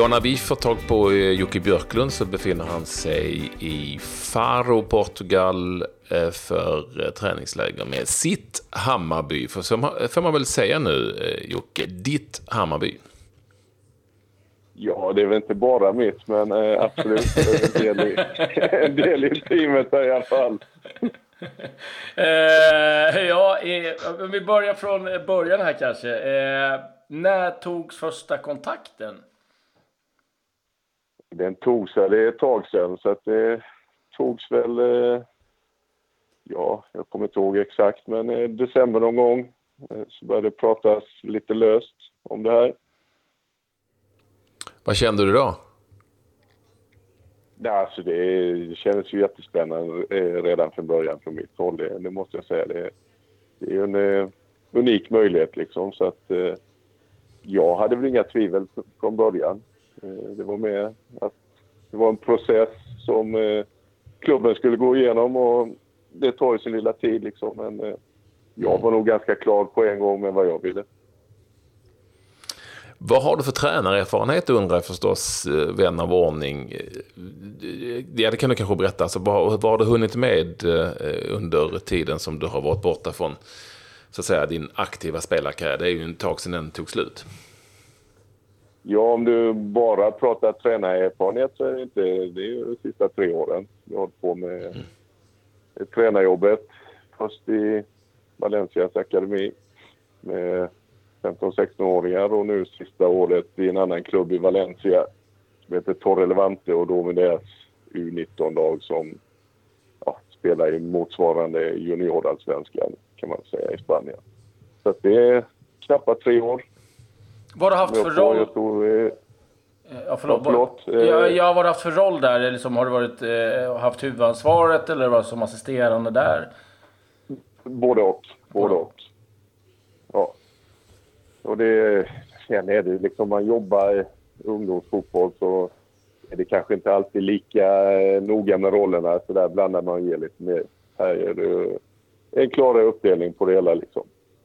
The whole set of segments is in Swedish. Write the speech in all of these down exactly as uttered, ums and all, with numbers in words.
Ja, när vi får tag på Jocke Björklund så befinner han sig i Faro, Portugal för träningsläger med sitt Hammarby. För så får man väl säga nu, Jocke, ditt Hammarby. Ja, det är väl inte bara mitt, men eh, absolut en del, i, en del i teamet i alla fall. eh, ja, eh, om vi börjar från början här kanske. Eh, när togs första kontakten? Den togs, det är ett tag sedan, så att det togs väl, eh, ja, jag kommer inte ihåg exakt, men eh, december någon gång eh, så började det pratas lite löst om det här. Vad kände du då? Ja, alltså det, det kändes ju jättespännande eh, redan från början från mitt håll, det, det måste jag säga. Det, det är en eh, unik möjlighet liksom, så att eh, jag hade väl inga tvivel från början. Eh, det var med att det var en process som eh, klubben skulle gå igenom, och det tar ju sin lilla tid liksom, men eh, jag var nog ganska klar på en gång med vad jag ville. Vad har du för tränarerfarenhet, undrar jag förstås, vän av ordning. Ja, det kan du kanske berätta. Alltså, vad, vad har du hunnit med under tiden som du har varit borta från, så att säga, din aktiva spelarkarriär? Det är ju en tag sedan den tog slut. Ja, om du bara pratar tränarerfarenhet så är det inte, det är ju de sista tre åren. Jag har hållit på med mm. tränarjobbet. Först i Valencias akademi med femton-sexton-åringar, och nu sista året i en annan klubb i Valencia som heter Torre Levante, och då med deras U nitton-lag som ja, spelar i motsvarande juniorallsvenskan kan man säga i Spanien. Så att det är knappt tre år. Vad har du haft för roll? Jag tror, eh, ja, förlåt. förlåt. Ja, ja, vad har du haft för roll där? Eller liksom, har du varit, eh, haft huvudansvaret eller var som assisterande där? Både och. Både och. Ja. Och det, sen är det liksom, man jobbar i ungdomsfotboll så är det kanske inte alltid lika noga med rollerna, så där blandar man ge lite mer. Här är det en klarare uppdelning på det hela liksom.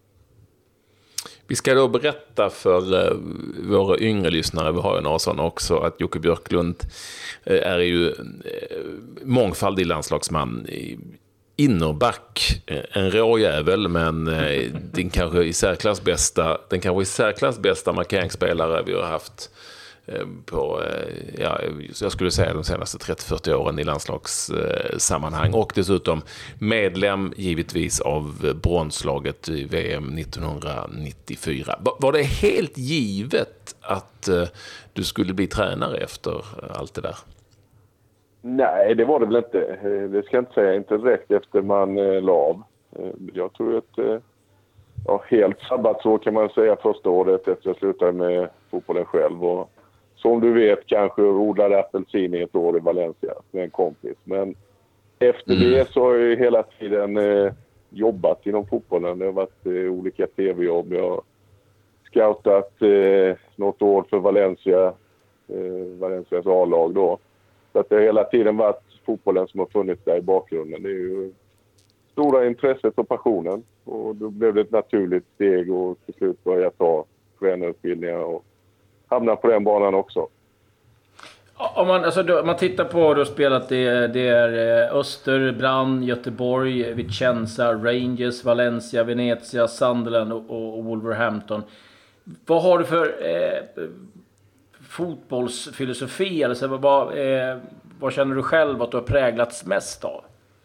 Vi ska då berätta för uh, våra yngre lyssnare, vi har ju några sådana också, att Jocke Björklund uh, är ju uh, mångfaldig landslagsman, innerback, en råjävel, men uh, den kanske i särklass bästa, den kanske i särklass bästa markeringsspelare vi har haft uh, på, uh, ja, jag skulle säga de senaste trettio till fyrtio åren i landslagssammanhang, uh, och dessutom medlem givetvis av bronslaget i V M nittonhundranittiofyra. Var det helt givet att uh, du skulle bli tränare efter allt det där? Nej, det var det väl inte. Det ska jag inte säga. Inte direkt efter man eh, la av. Jag tror att eh, ja, helt sabbatsår kan man säga första året efter jag slutade med fotbollen själv. Och som du vet kanske odlade apelsin i ett år i Valencia med en kompis. Men efter mm. det så har jag hela tiden eh, jobbat inom fotbollen. Det har varit eh, olika tv-jobb. Jag har scoutat eh, något år för Valencia, eh, Valencias A-lag då. Så att det har hela tiden varit fotbollen som har funnits där i bakgrunden. Det är ju stora intresset och passionen. Och då blev det ett naturligt steg och till slut börja ta tränarutbildningar och hamna på den banan också. Om man, alltså, då, man tittar på, du har spelat det, det är Öster, Brann, Göteborg, Vicenza, Rangers, Valencia, Venezia, Sunderland och, och Wolverhampton. Vad har du för eh, fotbollsfilosofi? Eller så, vad, eh, vad känner du själv att du har präglats mest av?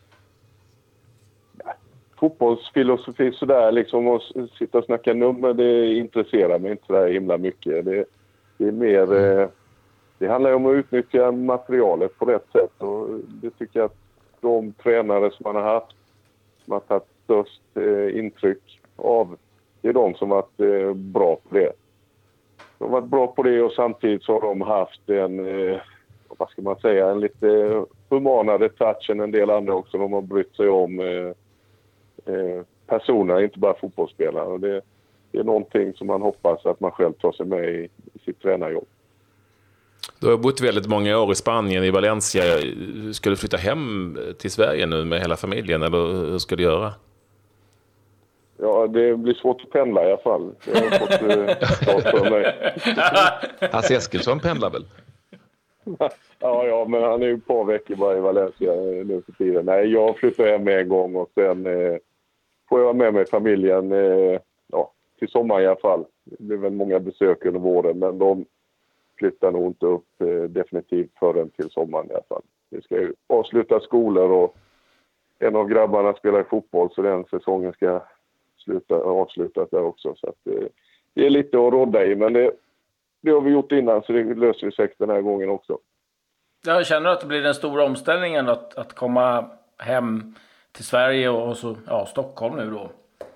Ja, fotbollsfilosofi sådär liksom, att sitta och snacka nummer, det intresserar mig inte så där himla mycket. Det, det är mer eh, det handlar ju om att utnyttja materialet på rätt sätt, och det tycker jag att de tränare som man har haft som har tagit störst eh, intryck av, det är de som har varit eh, bra på det. De har varit bra på det, och samtidigt så har de haft en, eh, vad ska man säga, en lite humanare touch än en del andra också. De har brytt sig om eh, eh, personer, inte bara fotbollsspelare. Och det, det är någonting som man hoppas att man själv tar sig med i, i sitt tränarjobb. Du har bott väldigt många år i Spanien, i Valencia. Ska du flytta hem till Sverige nu med hela familjen, eller hur ska du göra? Ja, det blir svårt att pendla i alla fall. Det har jag fått eh, klart för mig. Hasse Eskilsson pendlar väl? Ja, ja, men han är ju ett par veckor bara i Valencia nu för tiden. Nej, jag flyttar hem en gång och sen eh, får jag vara med mig familjen eh, ja, till sommar i alla fall. Det blir väl många besök under våren, men de flyttar nog inte upp eh, definitivt förrän till sommaren i alla fall. Vi ska ju avsluta skolor och en av grabbarna spelar i fotboll, så den säsongen ska sluta, avslutas där också. Så att, eh, det är lite att råda i, men det, det har vi gjort innan, så det löser vi säkert den här gången också. Jag känner att det blir den stora omställningen att, att komma hem till Sverige och så ja, Stockholm nu då.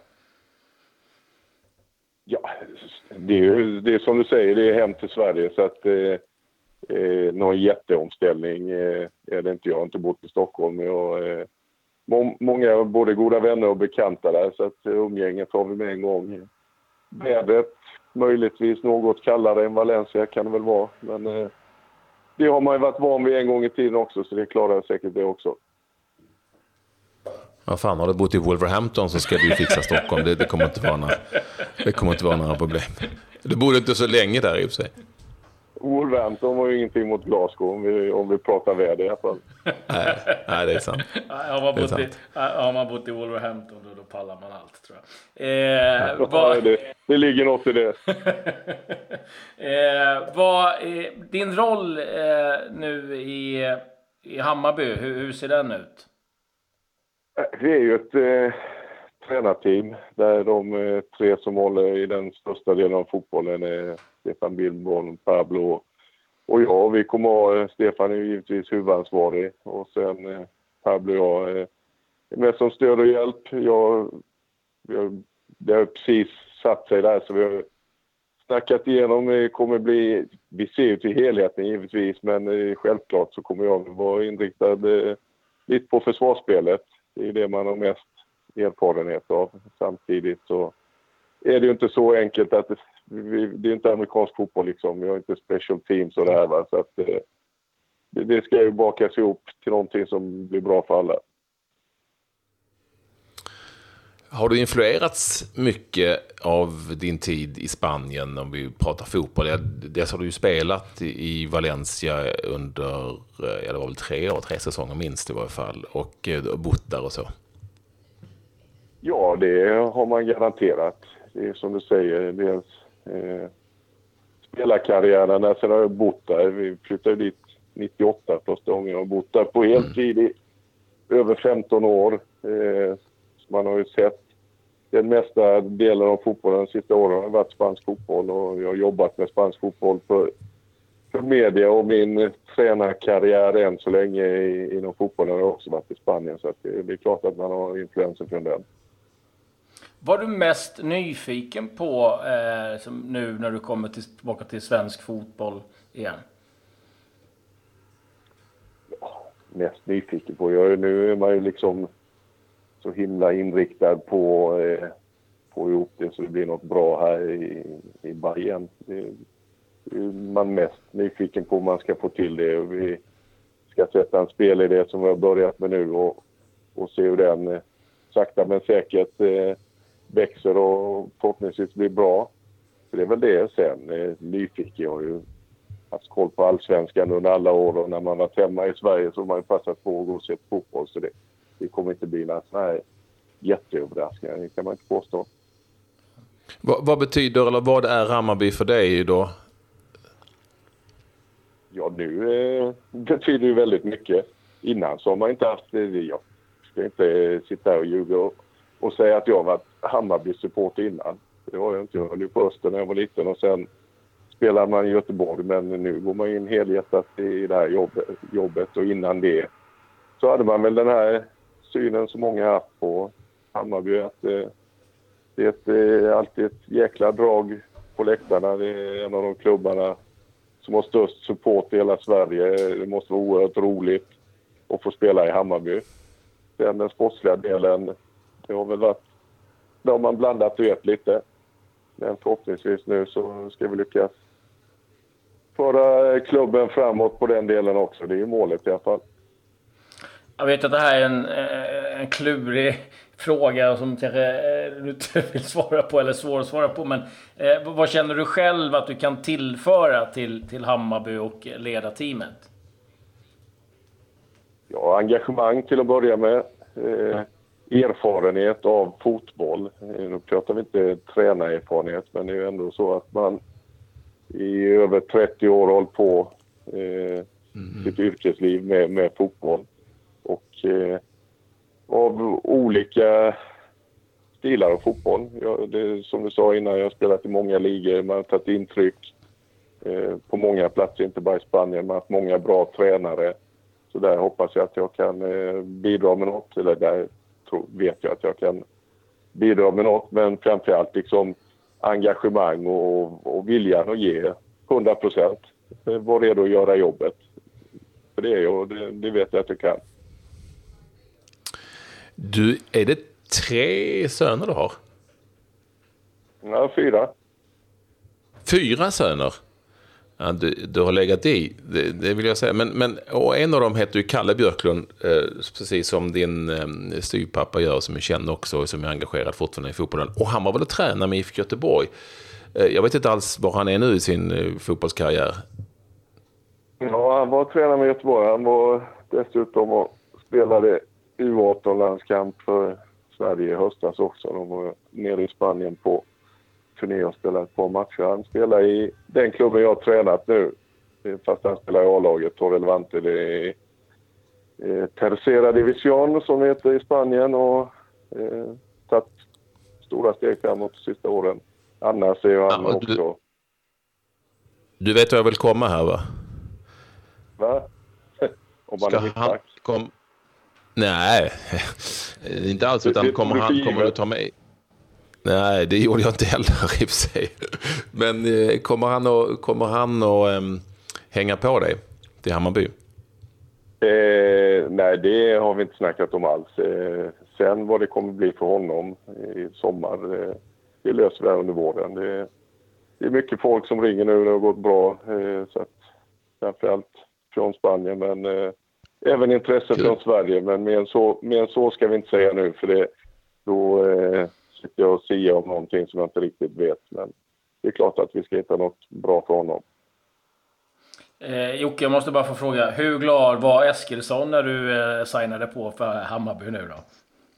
Ja, det är ju det är som du säger, det är hem till Sverige, så att eh, eh, någon jätteomställning eh, är det inte. Jag har inte bott i Stockholm. Jag, eh, må, många både goda vänner och bekanta där, så att eh, umgänget har vi med en gång. Vädret möjligtvis något kallare än Valencia kan det väl vara, men eh, det har man ju varit van vid en gång i tiden också, så det klarar jag säkert det också. Ja, fan, har du bott i Wolverhampton så ska du ju fixa Stockholm. Det, det, kommer inte vara några, det kommer inte vara några problem. Du bodde inte så länge där i och för sig. Wolverhampton var ju ingenting mot Glasgow om vi, om vi pratar väder i alla fall. Nej, nej, det är sant. Har man bott, i, har man bott i Wolverhampton då, då pallar man allt, tror jag. Eh, ja, vad, det, det ligger något i det. eh, vad är din roll eh, nu i, i Hammarby? Hur, hur ser den ut? Vi är ju ett eh, tränarteam där de eh, tre som håller i den största delen av fotbollen är Stefan Billborn, Pablo och jag. Vi kommer ha, eh, Stefan är ju givetvis huvudansvarig och sen eh, Pablo och jag eh, är med som stöd och hjälp. Jag, jag, det har precis satt sig där, så vi har snackat igenom. Det kommer bli, vi ser ju till helheten givetvis, men eh, självklart så kommer jag vara inriktad eh, lite på försvarsspelet. Det är det man har mest erfarenhet av. Samtidigt så är det ju inte så enkelt att det, det är inte amerikansk fotboll liksom. Vi har inte special teams och det här, va? Så att det, det ska ju bakas ihop till någonting som blir bra för alla. Har du influerats mycket av din tid i Spanien om vi pratar fotboll? Dels har du ju spelat i Valencia under, ja, det var väl tre år, tre säsonger minst i varje fall, och bott där och så. Ja, det har man garanterat. Det är som du säger, dels eh, spelarkarriären, där, sen har jag bott där. Vi flyttade dit nittioåtta första gången och bott där på heltid i över femton år. Eh, man har ju sett den mesta delen av fotbollen de sista åren har varit spansk fotboll, och jag har jobbat med spansk fotboll för, för media, och min tränarkarriär än så länge i, inom fotbollen har också varit i Spanien, så att det, det är klart att man har influenser från den. Var du mest nyfiken på eh, som nu när du kommer till, tillbaka till svensk fotboll igen? Ja, mest nyfiken på. Jag, nu är man ju liksom så himla inriktad på eh, få ihop det så det blir något bra här i, i Bayern. Det, det är man mest nyfiken på om man ska få till det. Och vi ska sätta en spelidé som vi har börjat med nu och, och se hur den eh, sakta men säkert eh, växer och förhoppningsvis blir bra. Så det är väl det. Sen eh, nyfiken. Jag har ju haft koll på allsvenskan under alla år, och när man varit hemma i Sverige så har man ju passat på att gå och se fotboll, så det Det kommer inte bli några sådana här jätteöverraskningar, det kan man inte påstå. Vad, vad betyder, eller vad är Hammarby för dig då? Ja, nu eh, betyder det väldigt mycket. Innan så har man inte haft det. Jag ska inte sitta här och ljuga och, och säga att jag har varit Hammarby-support innan. Det var jag inte. Jag höll ju på Öster när jag var liten, och sen spelade man i Göteborg, men nu går man in helhjärtat i det här jobbet, jobbet. Och innan det så hade man väl den här synen som många har haft på Hammarby, att eh, det är ett, eh, alltid ett jäkla drag på läktarna. Det är en av de klubbarna som har störst support i hela Sverige. Det måste vara oerhört roligt att få spela i Hammarby. Sen den sportsliga delen, det har väl varit, där har man blandat och vet lite. Men förhoppningsvis nu så ska vi lyckas föra klubben framåt på den delen också. Det är ju målet i alla fall. Jag vet att det här är en, en klurig fråga som kanske du inte vill svara på eller svår att svara på. Men eh, vad känner du själv att du kan tillföra till, till Hammarby och ledarteamet? Ja, engagemang till att börja med. Eh, erfarenhet av fotboll. Eh, nu pratar vi inte tränarerfarenhet, men det är ju ändå så att man i över trettio år hållit på eh, mm. sitt yrkesliv med, med fotboll. Och eh, av olika stilar av fotboll. Jag, det, som du sa innan, jag har spelat i många ligor. Man har tagit intryck eh, på många platser, inte bara i Spanien. Man har haft många bra tränare. Så där hoppas jag att jag kan eh, bidra med något. Eller där tror, vet jag att jag kan bidra med något. Men framförallt liksom engagemang och, och viljan att ge hundra procent. Var redo att göra jobbet. För det är jag och det, det vet jag att jag kan. Du, är det tre söner du har? Ja, fyra. Fyra söner? Ja, du, du har legat i, det, det vill jag säga. Men, men, och en av dem heter ju Kalle Björklund, eh, precis som din eh, styvpappa gör, som är känd också och som är engagerad fortfarande i fotbollen. Och han var väl att träna med I F K Göteborg. Eh, jag vet inte alls var han är nu i sin eh, fotbollskarriär. Ja, han var tränare med Göteborg. Han var dessutom och spelade U arton-landskamp för Sverige i höstas också. De var nere i Spanien på turné och spelade ett par matcher. Han spelar i den klubben jag har tränat nu. Fast han spelar i A-laget, Torre Levante. Det är eh, Tercera Division som det heter i Spanien. Och eh, tagit stora steg framåt de sista åren. Annars är ju han ja, också... Du, du vet vad jag vill komma här, va? Va? Om man Ska är mittback. Kom... Nej, inte alls. Utan kommer han kommer du ta med... Nej, det gjorde jag inte heller i och för sig. Men eh, kommer han att kommer han att um, hänga på dig till Hammarby? Eh, nej, det har vi inte snackat om alls. Eh, sen vad det kommer bli för honom i sommar, eh, det löser vi under våren. Det, det är mycket folk som ringer nu, det har gått bra. Eh, så att, framförallt från Spanien, men eh, även intresse Kul. Från Sverige. Men mer än, så, mer än så ska vi inte säga nu, för det då... Eh, jag och säga om någonting som jag inte riktigt vet, men det är klart att vi ska hitta något bra för honom. Eh, Jocke, jag måste bara få fråga, hur glad var Eskilsson när du eh, signade på för Hammarby nu då?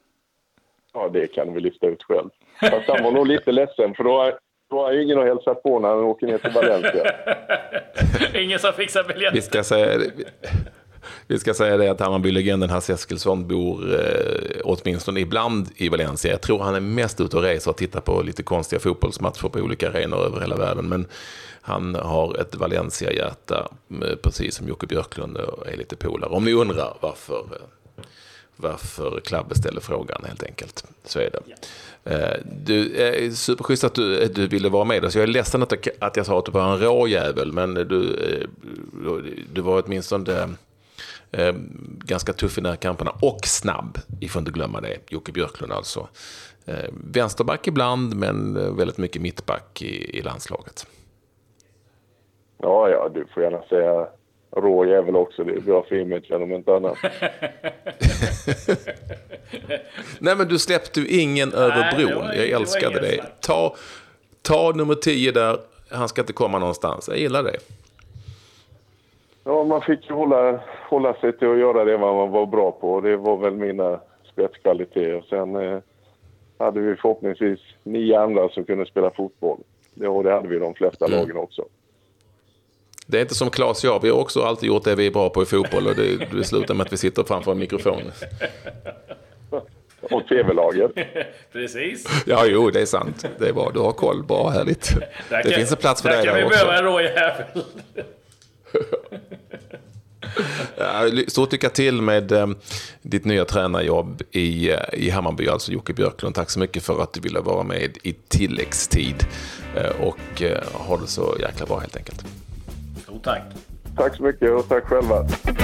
Ja, det kan vi lyfta ut själv. Fast han var nog lite ledsen, för då har, då har ingen att hälsa på när han åker ner till Valencia. Ingen som fixar biljett. Vi ska säga det. Vi ska säga det att Hammarby-legenden Hasse Eskilsson bor eh, åtminstone ibland i Valencia. Jag tror han är mest ute och reser och tittar på lite konstiga fotbollsmatcher på olika arenor över hela världen. Men han har ett Valencia-hjärta, precis som Jocke Björklund, och är lite polare. Om ni undrar varför, varför Klabbe ställer frågan, helt enkelt, så är det. Yeah. Du är superschysst att du, du ville vara med. Så jag är ledsen att, att jag sa att du var en råjävel, men du, du var åtminstone... Eh, ganska tuff i närkamperna och snabb, ifrån inte glömma det. Jocke Björklund alltså. Eh, vänsterback ibland, men väldigt mycket mittback i, i landslaget. Ja, ja, du får gärna säga råjävel också. Det är bra för imagen om inte annat. Nej, men du släppte ju ingen Nej, över bron. Var, jag älskade det. Ta, ta nummer tio där. Han ska inte komma någonstans. Jag gillar det. Ja, man fick ju hålla, hålla sig till att göra det man var bra på. Det var väl mina spetskvaliteter. Sen eh, hade vi förhoppningsvis nio andra som kunde spela fotboll. Ja, och det hade vi de flesta mm. lagen också. Det är inte som Claes och jag. Vi har också alltid gjort det vi är bra på i fotboll. Och det, det slutar med att vi sitter framför en mikrofon. Och tv-laget. Precis. Ja, jo, det är sant. Det är bra. Du har koll. Bra, härligt. Där det kan, finns en plats för dig där också. Där kan vi behöva en råjävel. Ja, stort lycka till med eh, ditt nya tränarjobb i, i Hammarby, alltså Jocke Björklund. Tack så mycket för att du ville vara med i tilläggstid eh, och eh, ha det så jäkla bra, helt enkelt. Stort tack. Tack så mycket och tack själva.